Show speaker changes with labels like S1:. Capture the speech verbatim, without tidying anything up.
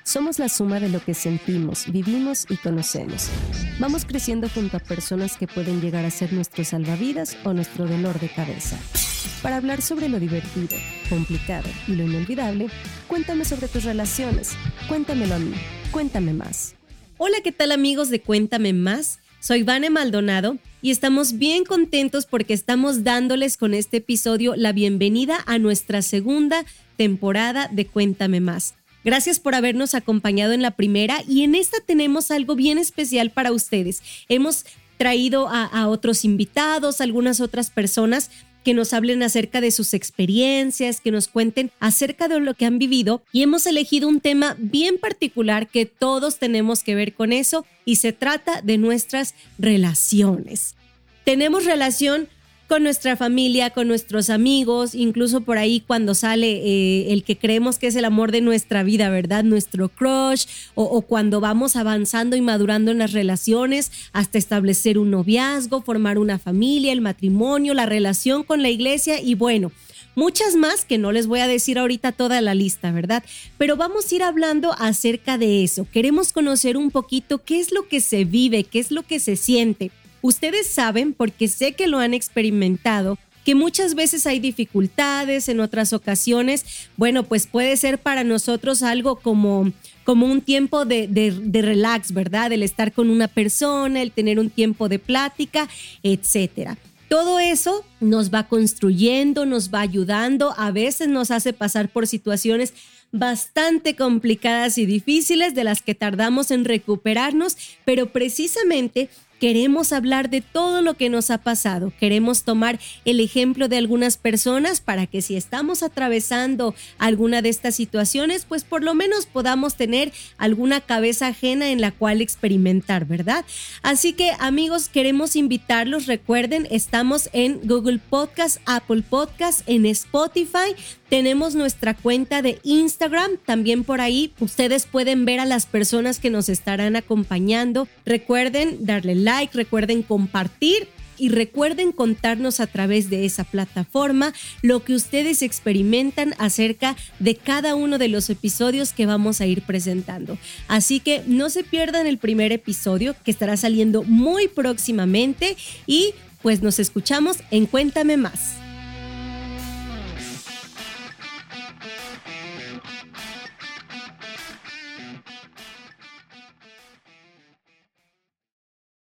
S1: Somos la suma de lo que sentimos, vivimos y conocemos. Vamos creciendo junto a personas que pueden llegar a ser nuestro salvavidas o nuestro dolor de cabeza. Para hablar sobre lo divertido, complicado y lo inolvidable, cuéntame sobre tus relaciones. Cuéntamelo a mí. Cuéntame más.
S2: Hola, ¿qué tal amigos de Cuéntame Más? Soy Vane Maldonado y estamos bien contentos porque estamos dándoles con este episodio la bienvenida a nuestra segunda temporada de Cuéntame Más. Gracias por habernos acompañado en la primera y en esta tenemos algo bien especial para ustedes. Hemos traído a, a otros invitados, algunas otras personas que nos hablen acerca de sus experiencias, que nos cuenten acerca de lo que han vivido y hemos elegido un tema bien particular que todos tenemos que ver con eso y se trata de nuestras relaciones. Tenemos relación con nuestra familia, con nuestros amigos, incluso por ahí cuando sale eh, el que creemos que es el amor de nuestra vida, ¿verdad? Nuestro crush o, o cuando vamos avanzando y madurando en las relaciones hasta establecer un noviazgo, formar una familia, el matrimonio, la relación con la iglesia y bueno, muchas más que no les voy a decir ahorita toda la lista, ¿verdad? Pero vamos a ir hablando acerca de eso. Queremos conocer un poquito qué es lo que se vive, qué es lo que se siente. Ustedes saben, porque sé que lo han experimentado, que muchas veces hay dificultades, en otras ocasiones, bueno, pues puede ser para nosotros algo como, como un tiempo de, de, de relax, ¿verdad? El estar con una persona, el tener un tiempo de plática, etcétera. Todo eso nos va construyendo, nos va ayudando, a veces nos hace pasar por situaciones bastante complicadas y difíciles de las que tardamos en recuperarnos, pero precisamente queremos hablar de todo lo que nos ha pasado. Queremos tomar el ejemplo de algunas personas para que si estamos atravesando alguna de estas situaciones, pues por lo menos podamos tener alguna cabeza ajena en la cual experimentar, ¿verdad? Así que amigos, queremos invitarlos. Recuerden, estamos en Google Podcast, Apple Podcast, en Spotify. Tenemos nuestra cuenta de Instagram, también por ahí ustedes pueden ver a las personas que nos estarán acompañando. Recuerden darle like, recuerden compartir y recuerden contarnos a través de esa plataforma lo que ustedes experimentan acerca de cada uno de los episodios que vamos a ir presentando. Así que no se pierdan el primer episodio que estará saliendo muy próximamente y pues nos escuchamos en Cuéntame Más.